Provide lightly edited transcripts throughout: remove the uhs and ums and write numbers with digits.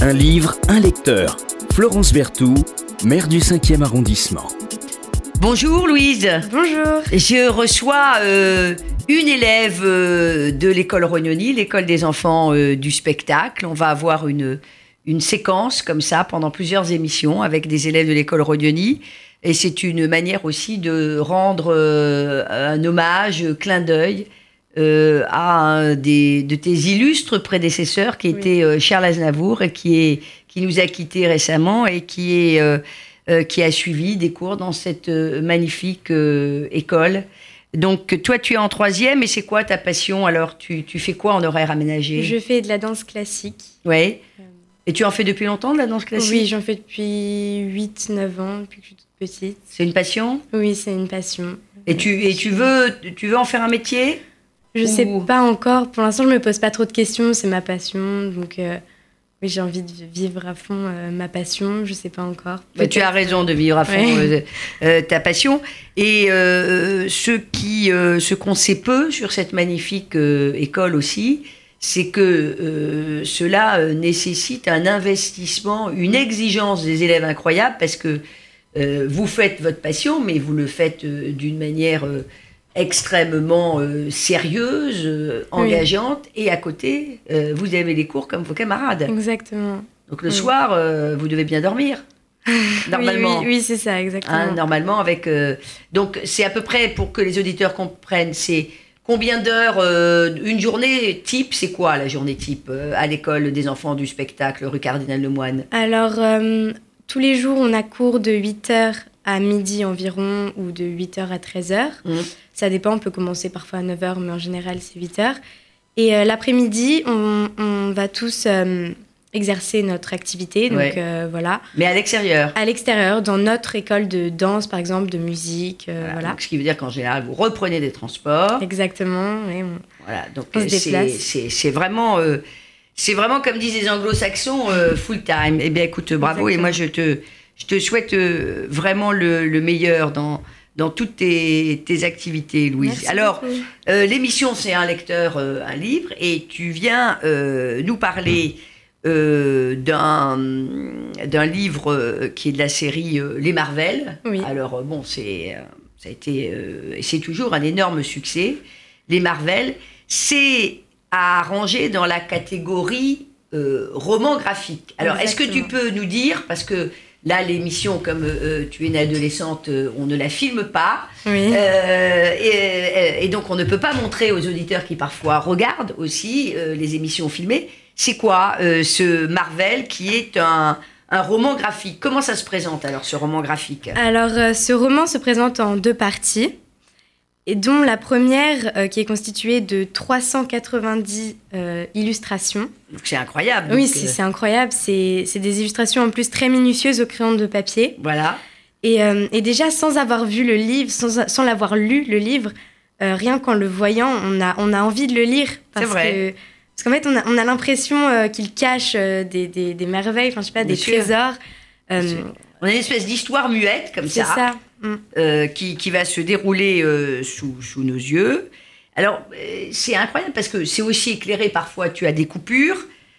Un livre, un lecteur. Florence Berthoud, maire du 5e arrondissement. Bonjour Louise. Bonjour. Je reçois une élève de l'école Rognoni, l'école des enfants du spectacle. On va avoir une séquence comme ça pendant plusieurs émissions avec des élèves de l'école Rognoni. Et c'est une manière aussi de rendre un hommage, clin d'œil à un de tes illustres prédécesseurs qui était Charles Aznavour et qui nous a quittés récemment et qui a suivi des cours dans cette magnifique école. Donc, toi, tu es en 3e et c'est quoi ta passion? Alors, tu fais quoi en horaire aménagé? Je fais de la danse classique. Oui. Et tu en fais depuis longtemps, de la danse classique? Oui, j'en fais depuis 8-9 ans, depuis que je suis toute petite. C'est une passion? Oui, c'est une passion. Et tu veux en faire un métier? Je sais pas encore. Pour l'instant, je me pose pas trop de questions. C'est ma passion. Donc, oui, j'ai envie de vivre à fond ma passion. Je sais pas encore. Tu as raison de vivre à fond ta passion. Et ce qu'on sait peu sur cette magnifique école aussi, c'est que cela nécessite un investissement, une exigence des élèves incroyable parce que vous faites votre passion, mais vous le faites d'une manière extrêmement sérieuse, engageante, et à côté, vous avez les cours comme vos camarades. Exactement. Donc le soir, vous devez bien dormir, normalement. Oui, c'est ça, exactement. Normalement, donc c'est à peu près, pour que les auditeurs comprennent, c'est combien d'heures, une journée type, c'est quoi la journée type à l'école des enfants du spectacle, rue Cardinal Lemoine? Alors, tous les jours, on a cours de 8h à midi environ, ou de 8h à 13h. Ça dépend, on peut commencer parfois à 9h, mais en général, c'est 8h. Et l'après-midi, on va tous exercer notre activité, donc voilà. Mais à l'extérieur? À l'extérieur, dans notre école de danse, par exemple, de musique, voilà. Donc, ce qui veut dire qu'en général, vous reprenez des transports. Exactement, oui. Voilà, donc on se déplace. C'est vraiment... c'est vraiment, comme disent les anglo-saxons, full time. Eh bien, écoute, bravo. Exactement. Et moi, je te souhaite vraiment le meilleur dans toutes tes activités, Louise. Merci. Alors, l'émission, c'est un lecteur, un livre, et tu viens nous parler d'un livre qui est de la série Les Marvel. Oui. Alors, bon, ça a été, et c'est toujours un énorme succès. Les Marvel, c'est à ranger dans la catégorie roman graphique. Alors, exactement. Est-ce que tu peux nous dire, parce que là, l'émission, comme tu es une adolescente, on ne la filme pas. Oui. Et donc, on ne peut pas montrer aux auditeurs qui parfois regardent aussi les émissions filmées. C'est quoi ce Marvel qui est un roman graphique? Comment ça se présente alors, ce roman graphique? Alors, ce roman se présente en 2 parties, et dont la première qui est constituée de 390 illustrations. Donc, c'est incroyable. Oui, c'est incroyable. C'est des illustrations en plus très minutieuses au crayon de papier. Voilà. Et déjà, sans avoir vu le livre, sans l'avoir lu, le livre, rien qu'en le voyant, on a envie de le lire. C'est vrai. Parce qu'en fait, on a l'impression qu'il cache des merveilles, enfin, je sais pas, des trésors. On a une espèce d'histoire muette, comme ça. C'est ça. Qui va se dérouler sous nos yeux. Alors, c'est incroyable parce que c'est aussi éclairé parfois. Tu as des coupures,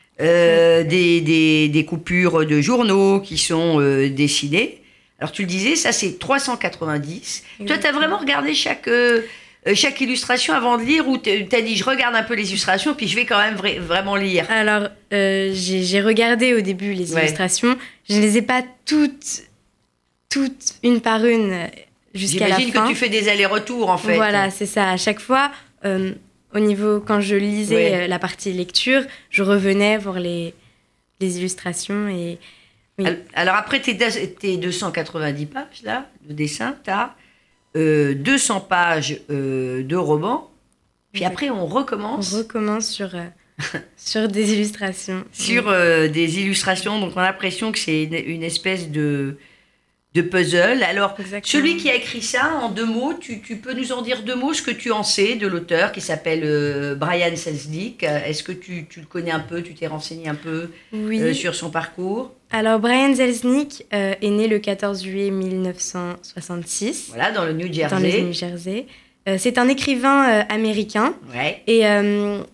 des coupures de journaux qui sont dessinées. Alors, tu le disais, ça, c'est 390. Exactement. Toi, tu as vraiment regardé chaque illustration avant de lire, ou t'as dit, je regarde un peu les illustrations, puis je vais quand même vraiment lire? Alors, j'ai regardé au début les illustrations. Je ne les ai pas toutes une par une jusqu'à la fin. J'imagine que tu fais des allers-retours, en fait. Voilà, c'est ça. À chaque fois, au niveau, quand je lisais la partie lecture, je revenais voir les illustrations. Et, oui. Alors, après tes 290 pages, là, de dessin, tu as 200 pages de romans. Puis après, on recommence. On recommence sur des illustrations. Sur des illustrations. Donc, on a l'impression que c'est une espèce de puzzle. Alors, exactement. Celui qui a écrit ça, en 2 mots, tu peux nous en dire 2 mots, ce que tu en sais de l'auteur qui s'appelle Brian Selznick. Est-ce que tu le connais un peu, tu t'es renseigné un peu sur son parcours? Alors, Brian Selznick est né le 14 juillet 1966. Voilà, dans le New Jersey. C'est un écrivain américain. Ouais. Et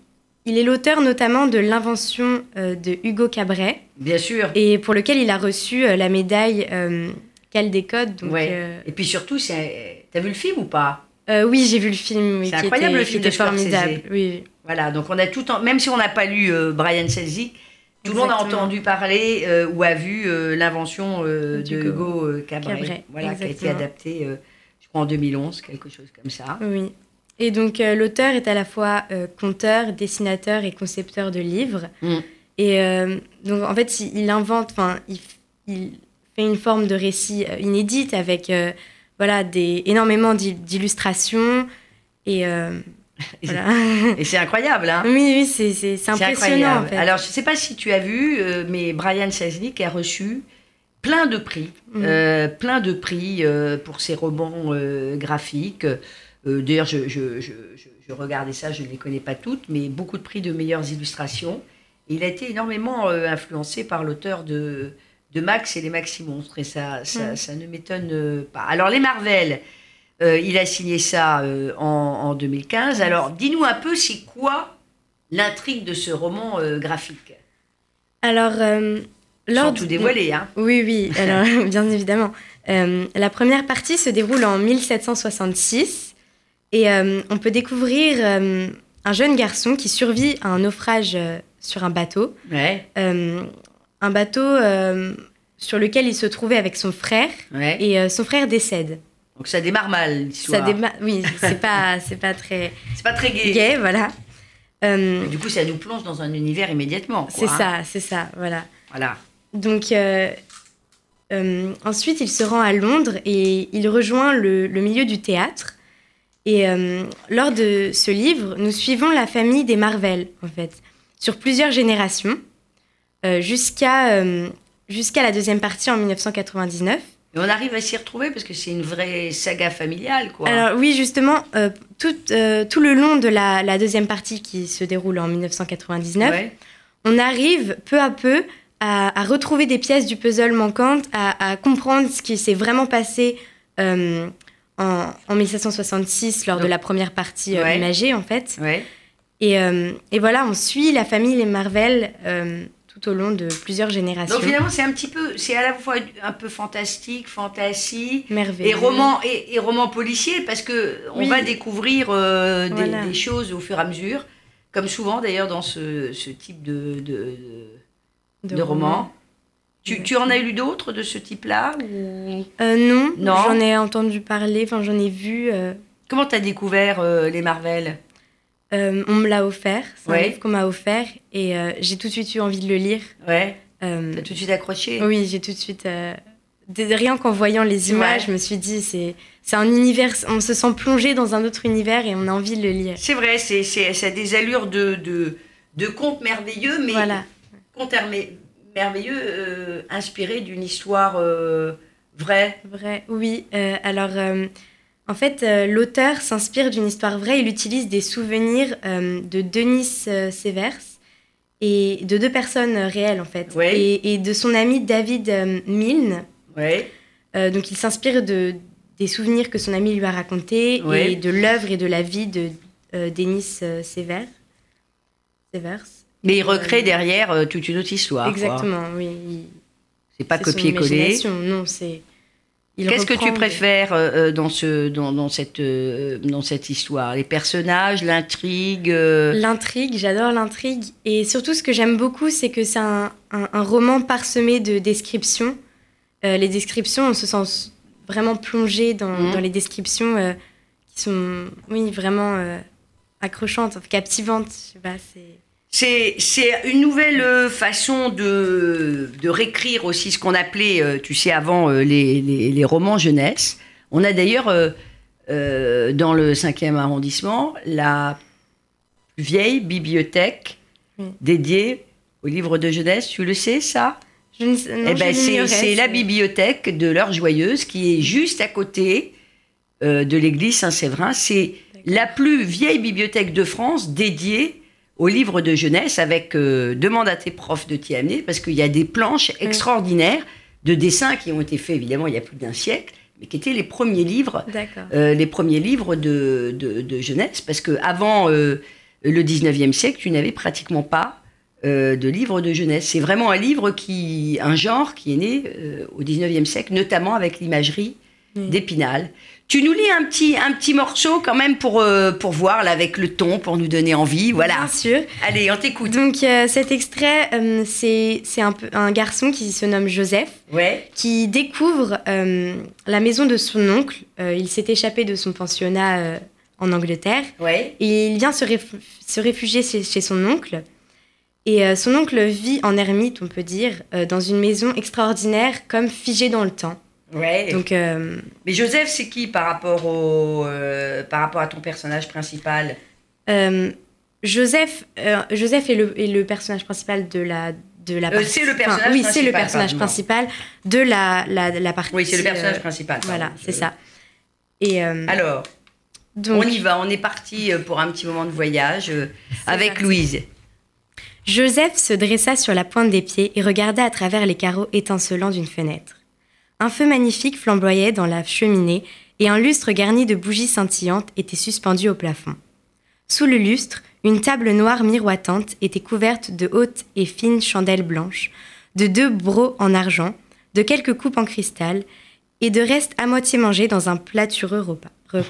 il est l'auteur notamment de l'invention de Hugo Cabret. Bien sûr. Et pour lequel il a reçu la médaille Caldecott. Donc, Et puis surtout, t'as vu le film ou pas? Oui, j'ai vu le film. Oui, c'est incroyable, le film de formidable. Oui. Voilà, donc on a même si on n'a pas lu Brian Selznick, tout le monde a entendu parler ou a vu l'invention de Hugo Cabret. Voilà, qui a été adaptée, je crois, en 2011, quelque chose comme ça. Oui. Et donc, l'auteur est à la fois conteur, dessinateur et concepteur de livres. Et donc, en fait, il invente, il fait une forme de récit inédite avec énormément d'illustrations. Et voilà. Et c'est incroyable, hein? Oui, c'est impressionnant, en fait. Alors, je ne sais pas si tu as vu, mais Brian Selznick a reçu plein de prix, pour ses romans graphiques. D'ailleurs, je regardais ça, je ne les connais pas toutes, mais beaucoup de prix de meilleures illustrations. Et il a été énormément influencé par l'auteur de Max et les Maximonstres, et ça ne m'étonne pas. Alors, les Marvel, il a signé ça en 2015. Alors, dis-nous un peu, c'est quoi l'intrigue de ce roman graphique? Alors, sans tout dévoiler, hein? Oui, alors, bien évidemment. La première partie se déroule en 1766. Et on peut découvrir un jeune garçon qui survit à un naufrage sur un bateau. Ouais. Un bateau sur lequel il se trouvait avec son frère. Ouais. Et son frère décède. Donc ça démarre mal, l'histoire. Oui, c'est pas très... C'est pas très gai. Gai, voilà. Du coup, ça nous plonge dans un univers immédiatement, quoi, c'est ça, voilà. Voilà. Donc, ensuite, il se rend à Londres et il rejoint le milieu du théâtre. Et lors de ce livre, nous suivons la famille des Marvel, en fait, sur plusieurs générations, jusqu'à la deuxième partie en 1999. Et on arrive à s'y retrouver parce que c'est une vraie saga familiale, quoi. Alors oui, justement, tout le long de la deuxième partie qui se déroule en 1999, on arrive peu à peu à retrouver des pièces du puzzle manquantes, à comprendre ce qui s'est vraiment passé en 1766, lors de la première partie imagée, en fait. Ouais. Et voilà, on suit la famille les Marvel tout au long de plusieurs générations. Donc finalement, c'est à la fois un peu fantastique, fantasy, merveilleux, et roman policier, parce que on va découvrir des choses au fur et à mesure, comme souvent d'ailleurs dans ce type de roman. Tu en as lu d'autres de ce type-là ou... Non, j'en ai entendu parler, j'en ai vu. Comment tu as découvert les Marvel? On me l'a offert, c'est un livre qu'on m'a offert, et j'ai tout de suite eu envie de le lire. Ouais, t'as tout de suite accroché? Oui, j'ai tout de suite... rien qu'en voyant les images, je me suis dit, c'est un univers, on se sent plongé dans un autre univers et on a envie de le lire. C'est vrai, ça a des allures de conte merveilleux, mais conte merveilleux inspiré d'une histoire vraie. Vraie, oui. Alors, en fait, l'auteur s'inspire d'une histoire vraie. Il utilise des souvenirs de Denis Severs et de deux personnes réelles, en fait. Ouais. Et de son ami David Milne. Ouais. Donc, il s'inspire des souvenirs que son ami lui a racontés et de l'œuvre et de la vie de Denis Severs. Mais il recrée derrière toute une autre histoire. Exactement, quoi. Oui. C'est pas copier-coller. Non, c'est... Qu'est-ce que tu préfères dans cette histoire? Les personnages, l'intrigue L'intrigue, j'adore l'intrigue. Et surtout, ce que j'aime beaucoup, c'est que c'est un roman parsemé de descriptions. Les descriptions, on se sent vraiment plongé dans les descriptions qui sont, vraiment accrochantes, captivantes. Je sais pas, C'est une nouvelle façon de réécrire aussi ce qu'on appelait, tu sais, avant les romans jeunesse. On a d'ailleurs, dans le 5e arrondissement, la plus vieille bibliothèque dédiée aux livres de jeunesse. Tu le sais, ça? C'est la bibliothèque de l'Heure Joyeuse qui est juste à côté de l'église Saint-Séverin. C'est la plus vieille bibliothèque de France dédiée aux livres de jeunesse, avec demande à tes profs de t'y amener, parce qu'il y a des planches extraordinaires de dessins qui ont été faits, évidemment, il y a plus d'un siècle, mais qui étaient les premiers livres, de jeunesse, parce qu'avant le 19e siècle, tu n'avais pratiquement pas de livres de jeunesse. C'est vraiment un genre qui est né au 19e siècle, notamment avec l'imagerie d'Épinal. Tu nous lis un petit morceau quand même pour voir là, avec le ton, pour nous donner envie. Voilà. Bien sûr. Allez, on t'écoute. Donc cet extrait, c'est un garçon qui se nomme Joseph, qui découvre la maison de son oncle. Il s'est échappé de son pensionnat en Angleterre. Et il vient se réfugier chez son oncle. Et son oncle vit en ermite, on peut dire, dans une maison extraordinaire, comme figée dans le temps. Donc, mais Joseph, c'est qui par rapport à ton personnage principal? Joseph est le personnage principal de la partie. C'est le personnage principal. Oui, c'est le personnage principal de la partie. Oui, c'est le personnage principal. Voilà, c'est ça. Et alors, donc, on y va. On est parti pour un petit moment de voyage avec parti. Louise. Joseph se dressa sur la pointe des pieds et regarda à travers les carreaux étincelants d'une fenêtre. Un feu magnifique flamboyait dans la cheminée et un lustre garni de bougies scintillantes était suspendu au plafond. Sous le lustre, une table noire miroitante était couverte de hautes et fines chandelles blanches, de 2 brocs en argent, de quelques coupes en cristal et de restes à moitié mangés dans un plâtureux repas.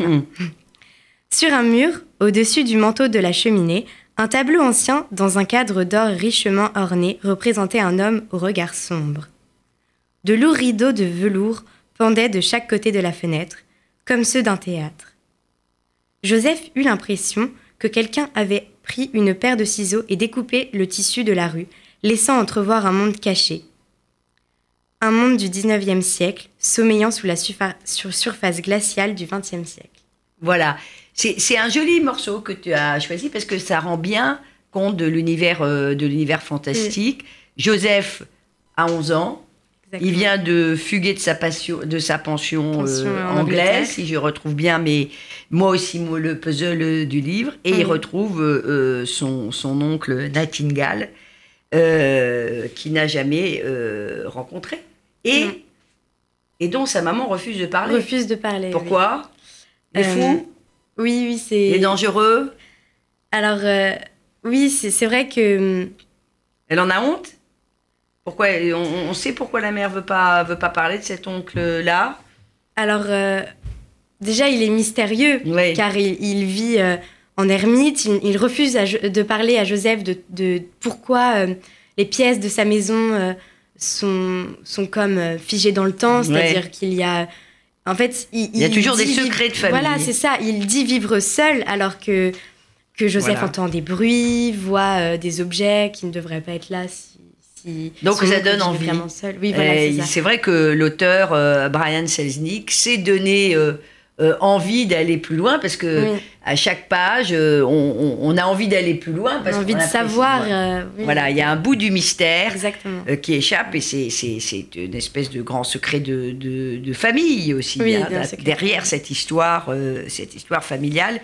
Sur un mur, au-dessus du manteau de la cheminée, un tableau ancien dans un cadre d'or richement orné représentait un homme au regard sombre. De lourds rideaux de velours pendaient de chaque côté de la fenêtre, comme ceux d'un théâtre. Joseph eut l'impression que quelqu'un avait pris une paire de ciseaux et découpé le tissu de la rue, laissant entrevoir un monde caché. Un monde du 19e siècle, sommeillant sous la surface glaciale du 20e siècle. Voilà, c'est un joli morceau que tu as choisi parce que ça rend bien compte de l'univers fantastique. Joseph a 11 ans. Exactement. Il vient de fuguer de sa pension anglaise, si je retrouve bien, mais moi aussi, le puzzle du livre. Et il retrouve son oncle Nightingale, qu'il n'a jamais rencontré. Et dont sa maman refuse de parler. Pourquoi ? Il est fou ? Oui, c'est... Il est dangereux ? Alors, oui, c'est vrai que... Elle en a honte ? Pourquoi on sait pourquoi la mère veut pas parler de cet oncle-là. Alors déjà il est mystérieux car il vit en ermite. Il refuse de parler à Joseph de pourquoi les pièces de sa maison sont comme figées dans le temps. C'est-à-dire qu'il y a en fait il y a toujours des secrets de famille. Voilà, c'est ça. Il dit vivre seul alors que Joseph entend des bruits, voit des objets qui ne devraient pas être là. Donc ça donne envie. Oui, voilà, c'est vrai que l'auteur Brian Selznick s'est donné envie d'aller plus loin parce que à chaque page on a envie d'aller plus loin parce on a envie de savoir. Voilà, il y a un bout du mystère qui échappe et c'est une espèce de grand secret de famille aussi derrière cette histoire familiale.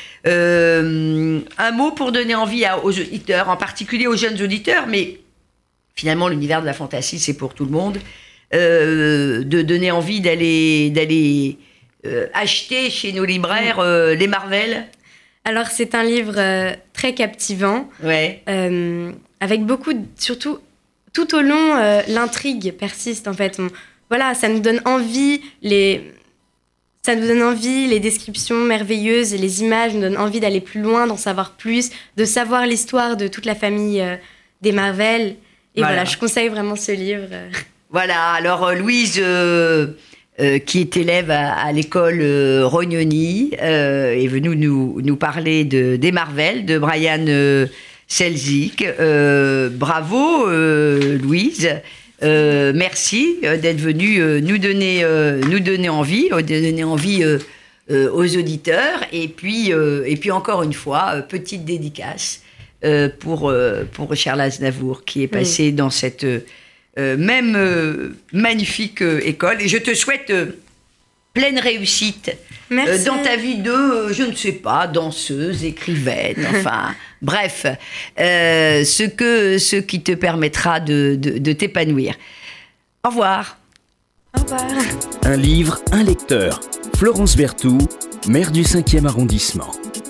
Un mot pour donner envie aux auditeurs, en particulier aux jeunes auditeurs, mais finalement, l'univers de la fantasy, c'est pour tout le monde, de donner envie d'aller acheter chez nos libraires les Marvel. Alors, c'est un livre très captivant, avec beaucoup, surtout, tout au long, l'intrigue persiste, en fait. Ça nous donne envie, les descriptions merveilleuses, les images nous donnent envie d'aller plus loin, d'en savoir plus, de savoir l'histoire de toute la famille des Marvel. Et voilà, je conseille vraiment ce livre. Voilà, alors Louise, qui est élève à l'école Rognoni, est venue nous parler des Marvel, de Brian Selznick. Bravo, Louise. Merci d'être venue nous donner envie, aux auditeurs. Et puis encore une fois, petite dédicace. Pour Charles Aznavour qui est passé dans cette même magnifique école et je te souhaite pleine réussite dans ta vie de je ne sais pas, danseuse, écrivaine, enfin bref, ce qui te permettra de t'épanouir. Au revoir. Au revoir. Un livre, un lecteur. Florence Berthoud, maire du 5e arrondissement.